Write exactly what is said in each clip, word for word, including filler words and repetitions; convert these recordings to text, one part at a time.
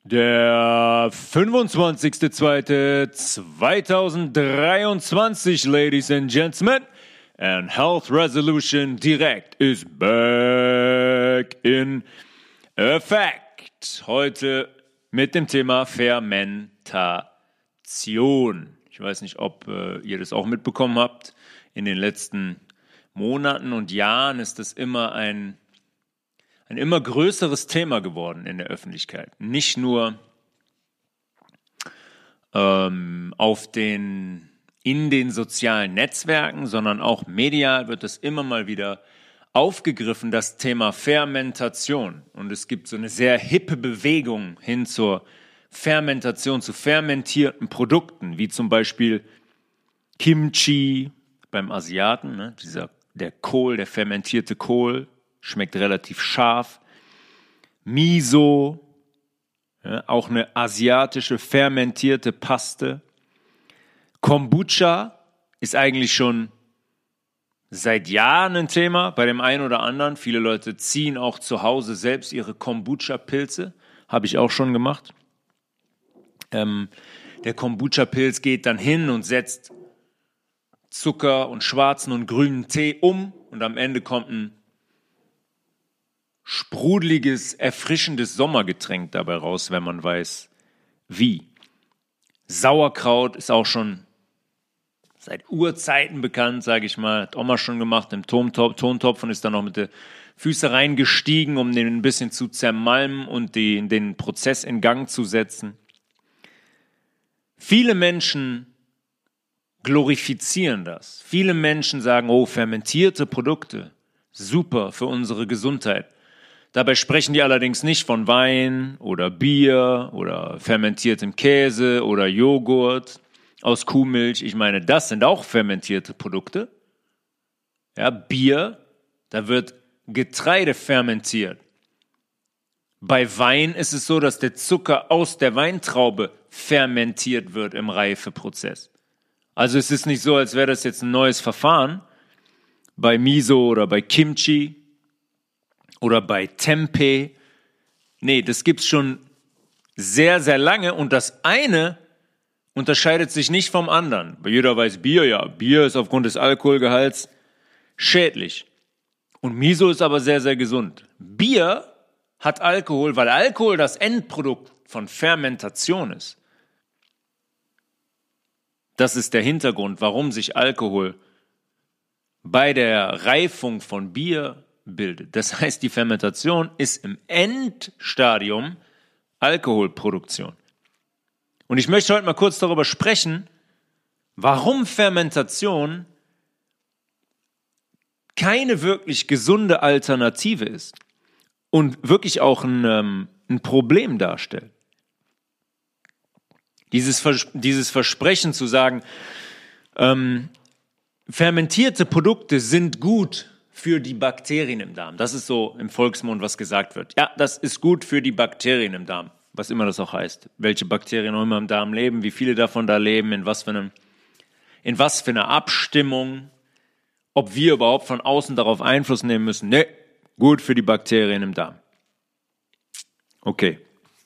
Der fünfundzwanzigster zweiter zweitausenddreiundzwanzig, Ladies and Gentlemen, and Health Resolution Direct is back in effect. Heute mit dem Thema Fermentation. Ich weiß nicht, ob äh, ihr das auch mitbekommen habt. In den letzten Monaten und Jahren ist das immer ein ein immer größeres Thema geworden in der Öffentlichkeit. Nicht nur ähm, auf den, in den sozialen Netzwerken, sondern auch medial wird es immer mal wieder aufgegriffen, das Thema Fermentation. Und es gibt so eine sehr hippe Bewegung hin zur Fermentation, zu fermentierten Produkten, wie zum Beispiel Kimchi beim Asiaten, ne? Dieser, der Kohl, der fermentierte Kohl, schmeckt relativ scharf. Miso, ja, auch eine asiatische fermentierte Paste. Kombucha ist eigentlich schon seit Jahren ein Thema bei dem einen oder anderen. Viele Leute ziehen auch zu Hause selbst ihre Kombucha-Pilze. Habe ich auch schon gemacht. Ähm, der Kombucha-Pilz geht dann hin und setzt Zucker und schwarzen und grünen Tee um und am Ende kommt ein sprudeliges, erfrischendes Sommergetränk dabei raus, wenn man weiß, wie. Sauerkraut ist auch schon seit Urzeiten bekannt, sage ich mal. Hat Oma schon gemacht im Tontopf, Tontopf und ist dann noch mit den Füßen reingestiegen, um den ein bisschen zu zermalmen und die, den Prozess in Gang zu setzen. Viele Menschen glorifizieren das. Viele Menschen sagen, oh, fermentierte Produkte, super für unsere Gesundheit. Dabei sprechen die allerdings nicht von Wein oder Bier oder fermentiertem Käse oder Joghurt aus Kuhmilch. Ich meine, das sind auch fermentierte Produkte. Ja, Bier, da wird Getreide fermentiert. Bei Wein ist es so, dass der Zucker aus der Weintraube fermentiert wird im Reifeprozess. Also es ist nicht so, als wäre das jetzt ein neues Verfahren. Bei Miso oder bei Kimchi oder bei Tempeh. Nee, das gibt's schon sehr, sehr lange und das eine unterscheidet sich nicht vom anderen. Jeder weiß Bier, ja, Bier ist aufgrund des Alkoholgehalts schädlich. Und Miso ist aber sehr, sehr gesund. Bier hat Alkohol, weil Alkohol das Endprodukt von Fermentation ist. Das ist der Hintergrund, warum sich Alkohol bei der Reifung von Bier bildet. Das heißt, die Fermentation ist im Endstadium Alkoholproduktion. Und ich möchte heute mal kurz darüber sprechen, warum Fermentation keine wirklich gesunde Alternative ist und wirklich auch ein, ähm, ein Problem darstellt. Dieses, Vers- dieses Versprechen zu sagen, ähm, fermentierte Produkte sind gut für die Bakterien im Darm. Das ist so im Volksmund, was gesagt wird. Ja, das ist gut für die Bakterien im Darm, was immer das auch heißt. Welche Bakterien auch immer im Darm leben, wie viele davon da leben, in was für einem, in was für einer Abstimmung, ob wir überhaupt von außen darauf Einfluss nehmen müssen. Nee, gut für die Bakterien im Darm. Okay.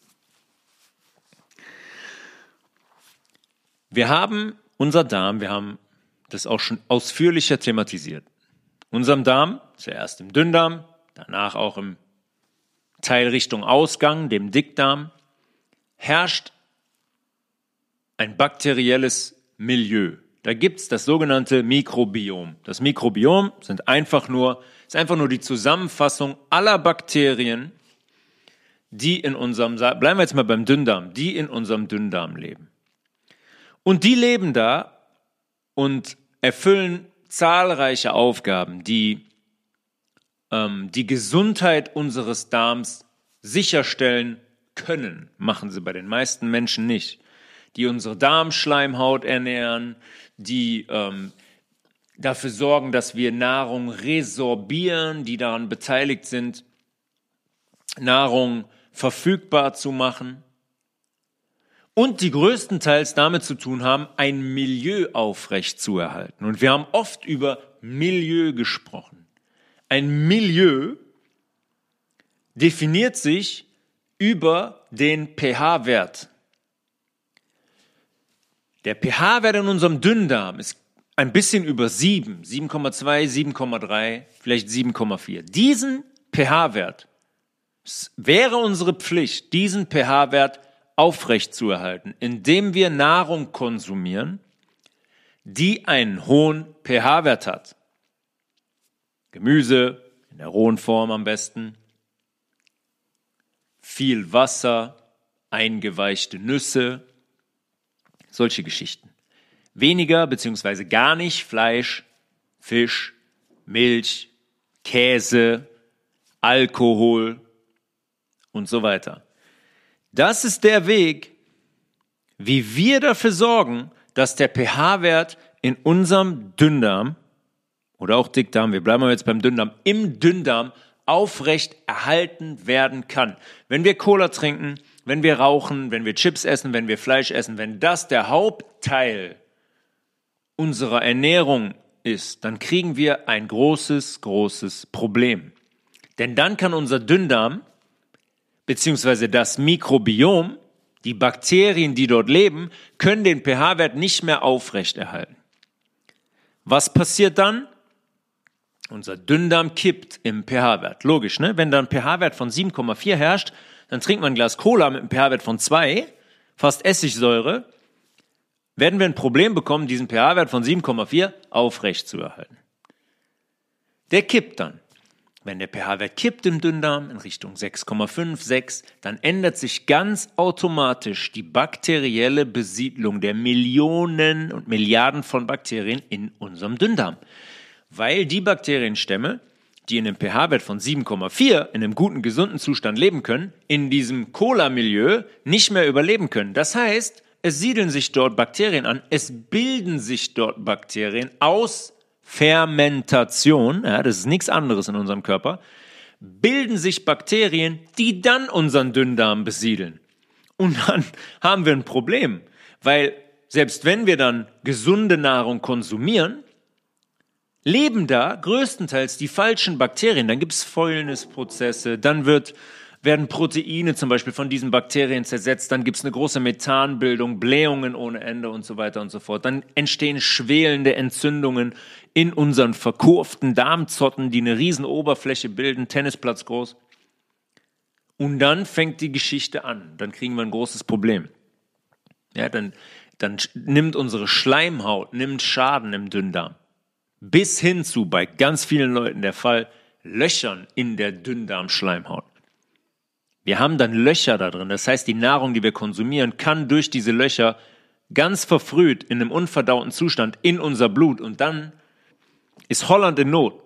Wir haben unser Darm, wir haben das auch schon ausführlicher thematisiert. Unserem Darm, zuerst im Dünndarm, danach auch im Teil Richtung Ausgang, dem Dickdarm, herrscht ein bakterielles Milieu. Da gibt es das sogenannte Mikrobiom. Das Mikrobiom sind einfach nur, ist einfach nur die Zusammenfassung aller Bakterien, die in unserem, bleiben wir jetzt mal beim Dünndarm, die in unserem Dünndarm leben. Und die leben da und erfüllen zahlreiche Aufgaben, die ähm, die Gesundheit unseres Darms sicherstellen können. Machen sie bei den meisten Menschen nicht. Die unsere Darmschleimhaut ernähren, die ähm, dafür sorgen, dass wir Nahrung resorbieren, die daran beteiligt sind, Nahrung verfügbar zu machen. Und die größtenteils damit zu tun haben, ein Milieu aufrechtzuerhalten. Und wir haben oft über Milieu gesprochen. Ein Milieu definiert sich über den pH-Wert. Der pH-Wert in unserem Dünndarm ist ein bisschen über sieben, sieben Komma zwei, sieben Komma drei, vielleicht sieben Komma vier. Diesen pH-Wert, es wäre unsere Pflicht, diesen pH-Wert aufrechtzuerhalten, indem wir Nahrung konsumieren, die einen hohen pH-Wert hat. Gemüse, in der rohen Form am besten, viel Wasser, eingeweichte Nüsse, solche Geschichten. Weniger bzw. gar nicht Fleisch, Fisch, Milch, Käse, Alkohol und so weiter. Das ist der Weg, wie wir dafür sorgen, dass der pH-Wert in unserem Dünndarm oder auch Dickdarm, wir bleiben jetzt beim Dünndarm, im Dünndarm aufrecht erhalten werden kann. Wenn wir Cola trinken, wenn wir rauchen, wenn wir Chips essen, wenn wir Fleisch essen, wenn das der Hauptteil unserer Ernährung ist, dann kriegen wir ein großes, großes Problem. Denn dann kann unser Dünndarm beziehungsweise das Mikrobiom, die Bakterien, die dort leben, können den pH-Wert nicht mehr aufrechterhalten. Was passiert dann? Unser Dünndarm kippt im pH-Wert. Logisch, ne? Wenn da ein pH-Wert von sieben Komma vier herrscht, dann trinkt man ein Glas Cola mit einem pH-Wert von zwei, fast Essigsäure, werden wir ein Problem bekommen, diesen pH-Wert von sieben Komma vier aufrecht zu erhalten. Der kippt dann. Wenn der pH-Wert kippt im Dünndarm in Richtung sechs Komma fünf, sechs, dann ändert sich ganz automatisch die bakterielle Besiedlung der Millionen und Milliarden von Bakterien in unserem Dünndarm. Weil die Bakterienstämme, die in einem pH-Wert von sieben Komma vier in einem guten, gesunden Zustand leben können, in diesem Cola-Milieu nicht mehr überleben können. Das heißt, es siedeln sich dort Bakterien an, es bilden sich dort Bakterien aus Fermentation, ja, das ist nichts anderes in unserem Körper, bilden sich Bakterien, die dann unseren Dünndarm besiedeln. Und dann haben wir ein Problem, weil selbst wenn wir dann gesunde Nahrung konsumieren, leben da größtenteils die falschen Bakterien. Dann gibt es Fäulnisprozesse, dann wird, werden Proteine zum Beispiel von diesen Bakterien zersetzt, dann gibt es eine große Methanbildung, Blähungen ohne Ende und so weiter und so fort. Dann entstehen schwelende Entzündungen in unseren verkurvten Darmzotten, die eine riesen Oberfläche bilden, Tennisplatz groß. Und dann fängt die Geschichte an. Dann kriegen wir ein großes Problem. Ja, dann, dann nimmt unsere Schleimhaut, nimmt Schaden im Dünndarm. Bis hin zu, bei ganz vielen Leuten der Fall, Löchern in der Dünndarmschleimhaut. Wir haben dann Löcher da drin. Das heißt, die Nahrung, die wir konsumieren, kann durch diese Löcher ganz verfrüht in einem unverdauten Zustand in unser Blut. Und dann ist Holland in Not.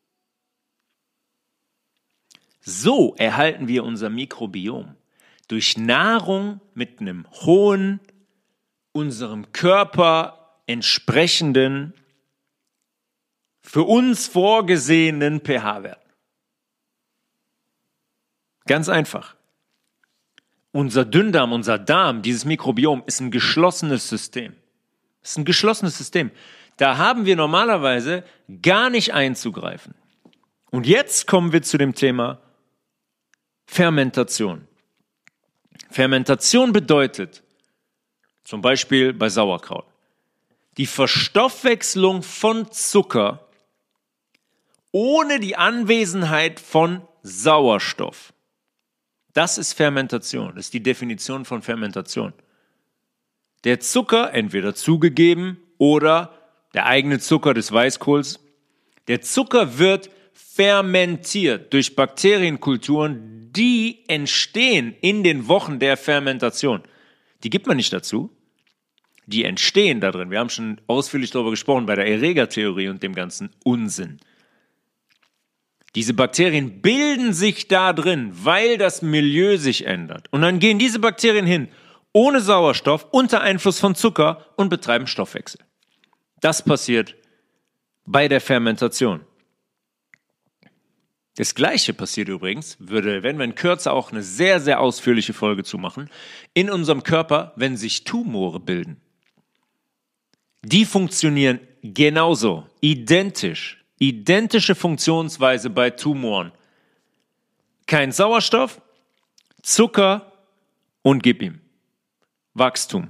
So erhalten wir unser Mikrobiom. Durch Nahrung mit einem hohen, unserem Körper entsprechenden, für uns vorgesehenen pH-Wert. Ganz einfach. Unser Dünndarm, unser Darm, dieses Mikrobiom ist ein geschlossenes System. Es ist ein geschlossenes System. Da haben wir normalerweise gar nicht einzugreifen. Und jetzt kommen wir zu dem Thema Fermentation. Fermentation bedeutet, zum Beispiel bei Sauerkraut, die Verstoffwechslung von Zucker ohne die Anwesenheit von Sauerstoff. Das ist Fermentation. Das ist die Definition von Fermentation. Der Zucker, entweder zugegeben oder der eigene Zucker des Weißkohls, der Zucker wird fermentiert durch Bakterienkulturen, die entstehen in den Wochen der Fermentation. Die gibt man nicht dazu. Die entstehen da drin. Wir haben schon ausführlich darüber gesprochen bei der Erregertheorie und dem ganzen Unsinn. Diese Bakterien bilden sich da drin, weil das Milieu sich ändert. Und dann gehen diese Bakterien hin, ohne Sauerstoff, unter Einfluss von Zucker und betreiben Stoffwechsel. Das passiert bei der Fermentation. Das Gleiche passiert übrigens, würde, wenn wir in Kürze auch eine sehr, sehr ausführliche Folge zu machen, in unserem Körper, wenn sich Tumore bilden. Die funktionieren genauso, identisch. Identische Funktionsweise bei Tumoren. Kein Sauerstoff, Zucker und gib ihm. Wachstum.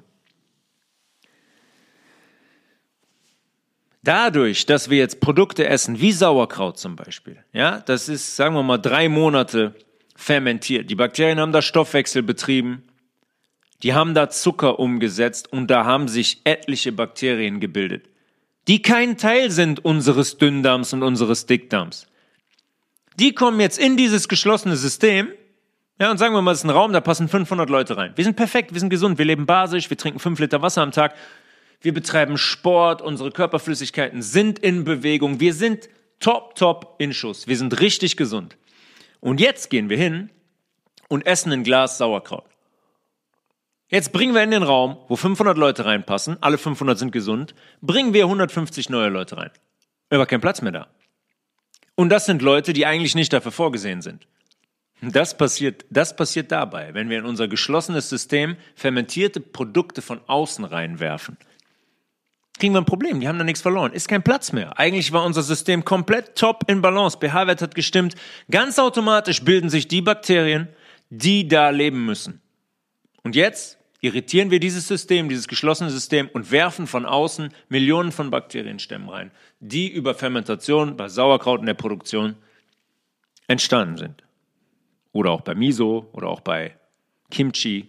Dadurch, dass wir jetzt Produkte essen, wie Sauerkraut zum Beispiel, ja, das ist, sagen wir mal, drei Monate fermentiert. Die Bakterien haben da Stoffwechsel betrieben, die haben da Zucker umgesetzt und da haben sich etliche Bakterien gebildet, die kein Teil sind unseres Dünndarms und unseres Dickdarms. Die kommen jetzt in dieses geschlossene System, ja, und sagen wir mal, es ist ein Raum, da passen fünfhundert Leute rein. Wir sind perfekt, wir sind gesund, wir leben basisch, wir trinken fünf Liter Wasser am Tag. Wir betreiben Sport, unsere Körperflüssigkeiten sind in Bewegung, wir sind top, top in Schuss, wir sind richtig gesund. Und jetzt gehen wir hin und essen ein Glas Sauerkraut. Jetzt bringen wir in den Raum, wo fünfhundert Leute reinpassen, alle fünfhundert sind gesund, bringen wir hundertfünfzig neue Leute rein. Aber kein Platz mehr da. Und das sind Leute, die eigentlich nicht dafür vorgesehen sind. Das passiert, das passiert dabei, wenn wir in unser geschlossenes System fermentierte Produkte von außen reinwerfen. Kriegen wir ein Problem, die haben da nichts verloren. Ist kein Platz mehr. Eigentlich war unser System komplett top in Balance. pH-Wert hat gestimmt. Ganz automatisch bilden sich die Bakterien, die da leben müssen. Und jetzt irritieren wir dieses System, dieses geschlossene System und werfen von außen Millionen von Bakterienstämmen rein, die über Fermentation bei Sauerkraut in der Produktion entstanden sind. Oder auch bei Miso oder auch bei Kimchi.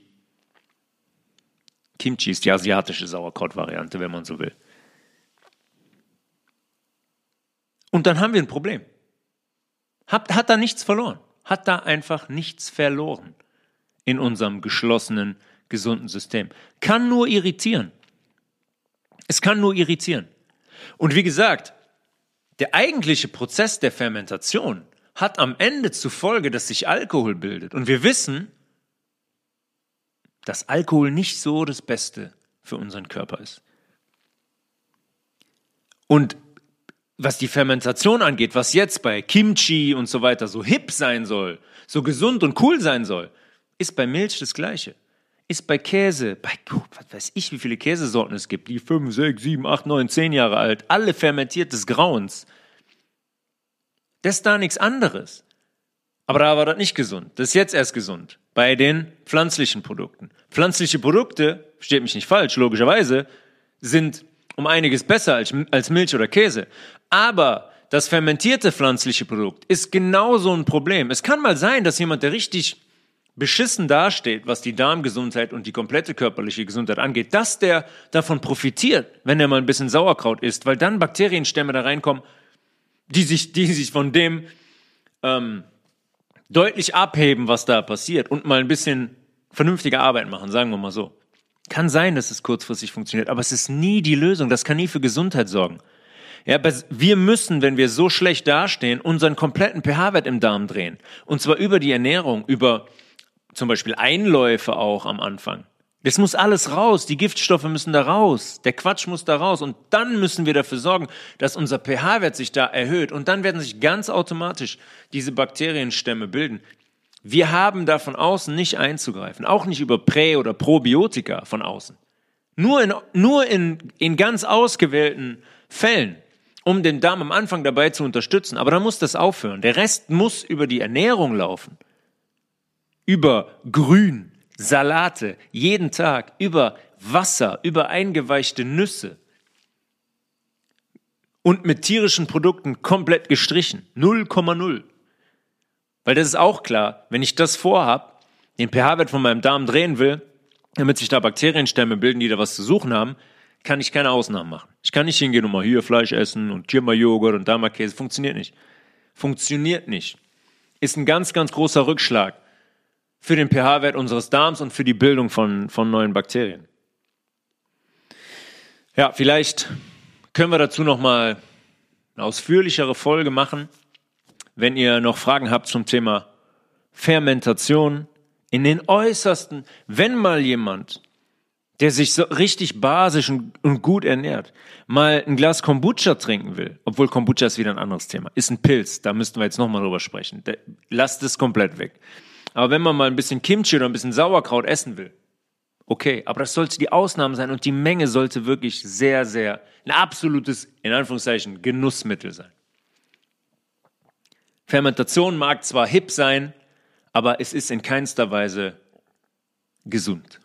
Kimchi ist die asiatische Sauerkrautvariante, wenn man so will. Und dann haben wir ein Problem. Hat, hat da nichts verloren. Hat da einfach nichts verloren in unserem geschlossenen, gesunden System. Kann nur irritieren. Es kann nur irritieren. Und wie gesagt, der eigentliche Prozess der Fermentation hat am Ende zur Folge, dass sich Alkohol bildet. Und wir wissen, dass Alkohol nicht so das Beste für unseren Körper ist. Und was die Fermentation angeht, was jetzt bei Kimchi und so weiter so hip sein soll, so gesund und cool sein soll, ist bei Milch das Gleiche. Ist bei Käse, bei, was weiß ich, wie viele Käsesorten es gibt, die fünf, sechs, sieben, acht, neun, zehn Jahre alt, alle fermentiert des Grauens. Das ist da nichts anderes. Aber da war das nicht gesund. Das ist jetzt erst gesund. Bei den pflanzlichen Produkten. Pflanzliche Produkte, versteht mich nicht falsch, logischerweise, sind um einiges besser als, als Milch oder Käse. Aber das fermentierte pflanzliche Produkt ist genauso ein Problem. Es kann mal sein, dass jemand, der richtig beschissen dasteht, was die Darmgesundheit und die komplette körperliche Gesundheit angeht, dass der davon profitiert, wenn er mal ein bisschen Sauerkraut isst, weil dann Bakterienstämme da reinkommen, die sich, die sich von dem ähm, deutlich abheben, was da passiert und mal ein bisschen vernünftige Arbeit machen, sagen wir mal so. Kann sein, dass es kurzfristig funktioniert, aber es ist nie die Lösung. Das kann nie für Gesundheit sorgen. Ja, wir müssen, wenn wir so schlecht dastehen, unseren kompletten pH-Wert im Darm drehen. Und zwar über die Ernährung, über zum Beispiel Einläufe auch am Anfang. Das muss alles raus, die Giftstoffe müssen da raus, der Quatsch muss da raus und dann müssen wir dafür sorgen, dass unser pH-Wert sich da erhöht und dann werden sich ganz automatisch diese Bakterienstämme bilden. Wir haben da von außen nicht einzugreifen, auch nicht über Prä- oder Probiotika von außen. Nur in, nur in, in ganz ausgewählten Fällen, um den Darm am Anfang dabei zu unterstützen. Aber dann muss das aufhören. Der Rest muss über die Ernährung laufen. Über Grün, Salate, jeden Tag, über Wasser, über eingeweichte Nüsse. Und mit tierischen Produkten komplett gestrichen. null Komma null. Weil das ist auch klar, wenn ich das vorhab, den pH-Wert von meinem Darm drehen will, damit sich da Bakterienstämme bilden, die da was zu suchen haben, kann ich keine Ausnahmen machen. Ich kann nicht hingehen und mal hier Fleisch essen und hier mal Joghurt und da mal Käse. Funktioniert nicht. Funktioniert nicht. Ist ein ganz, ganz großer Rückschlag für den pH-Wert unseres Darms und für die Bildung von, von neuen Bakterien. Ja, vielleicht können wir dazu nochmal eine ausführlichere Folge machen. Wenn ihr noch Fragen habt zum Thema Fermentation, in den äußersten, wenn mal jemand, der sich so richtig basisch und, und gut ernährt, mal ein Glas Kombucha trinken will, obwohl Kombucha ist wieder ein anderes Thema, ist ein Pilz, da müssten wir jetzt nochmal drüber sprechen, lasst es komplett weg. Aber wenn man mal ein bisschen Kimchi oder ein bisschen Sauerkraut essen will, okay, aber das sollte die Ausnahme sein und die Menge sollte wirklich sehr, sehr, ein absolutes, in Anführungszeichen, Genussmittel sein. Fermentation mag zwar hip sein, aber es ist in keinster Weise gesund.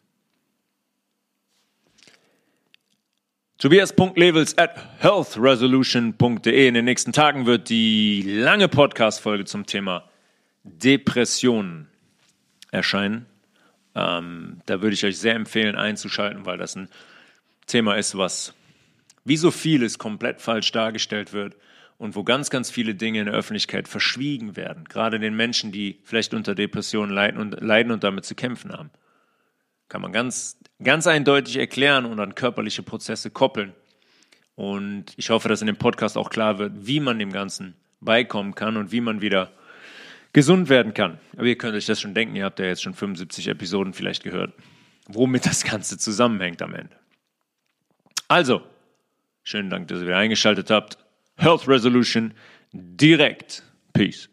Tobias Punkt Levels at healthresolution Punkt de. In den nächsten Tagen wird die lange Podcast-Folge zum Thema Depressionen erscheinen. Ähm, da würde ich euch sehr empfehlen, einzuschalten, weil das ein Thema ist, was wie so vieles komplett falsch dargestellt wird und wo ganz, ganz viele Dinge in der Öffentlichkeit verschwiegen werden. Gerade den Menschen, die vielleicht unter Depressionen leiden und, leiden und damit zu kämpfen haben. Kann man ganz, ganz eindeutig erklären und an körperliche Prozesse koppeln. Und ich hoffe, dass in dem Podcast auch klar wird, wie man dem Ganzen beikommen kann und wie man wieder gesund werden kann. Aber ihr könnt euch das schon denken, ihr habt ja jetzt schon fünfundsiebzig Episoden vielleicht gehört, womit das Ganze zusammenhängt am Ende. Also, schönen Dank, dass ihr wieder eingeschaltet habt. Health Resolution direkt. Peace.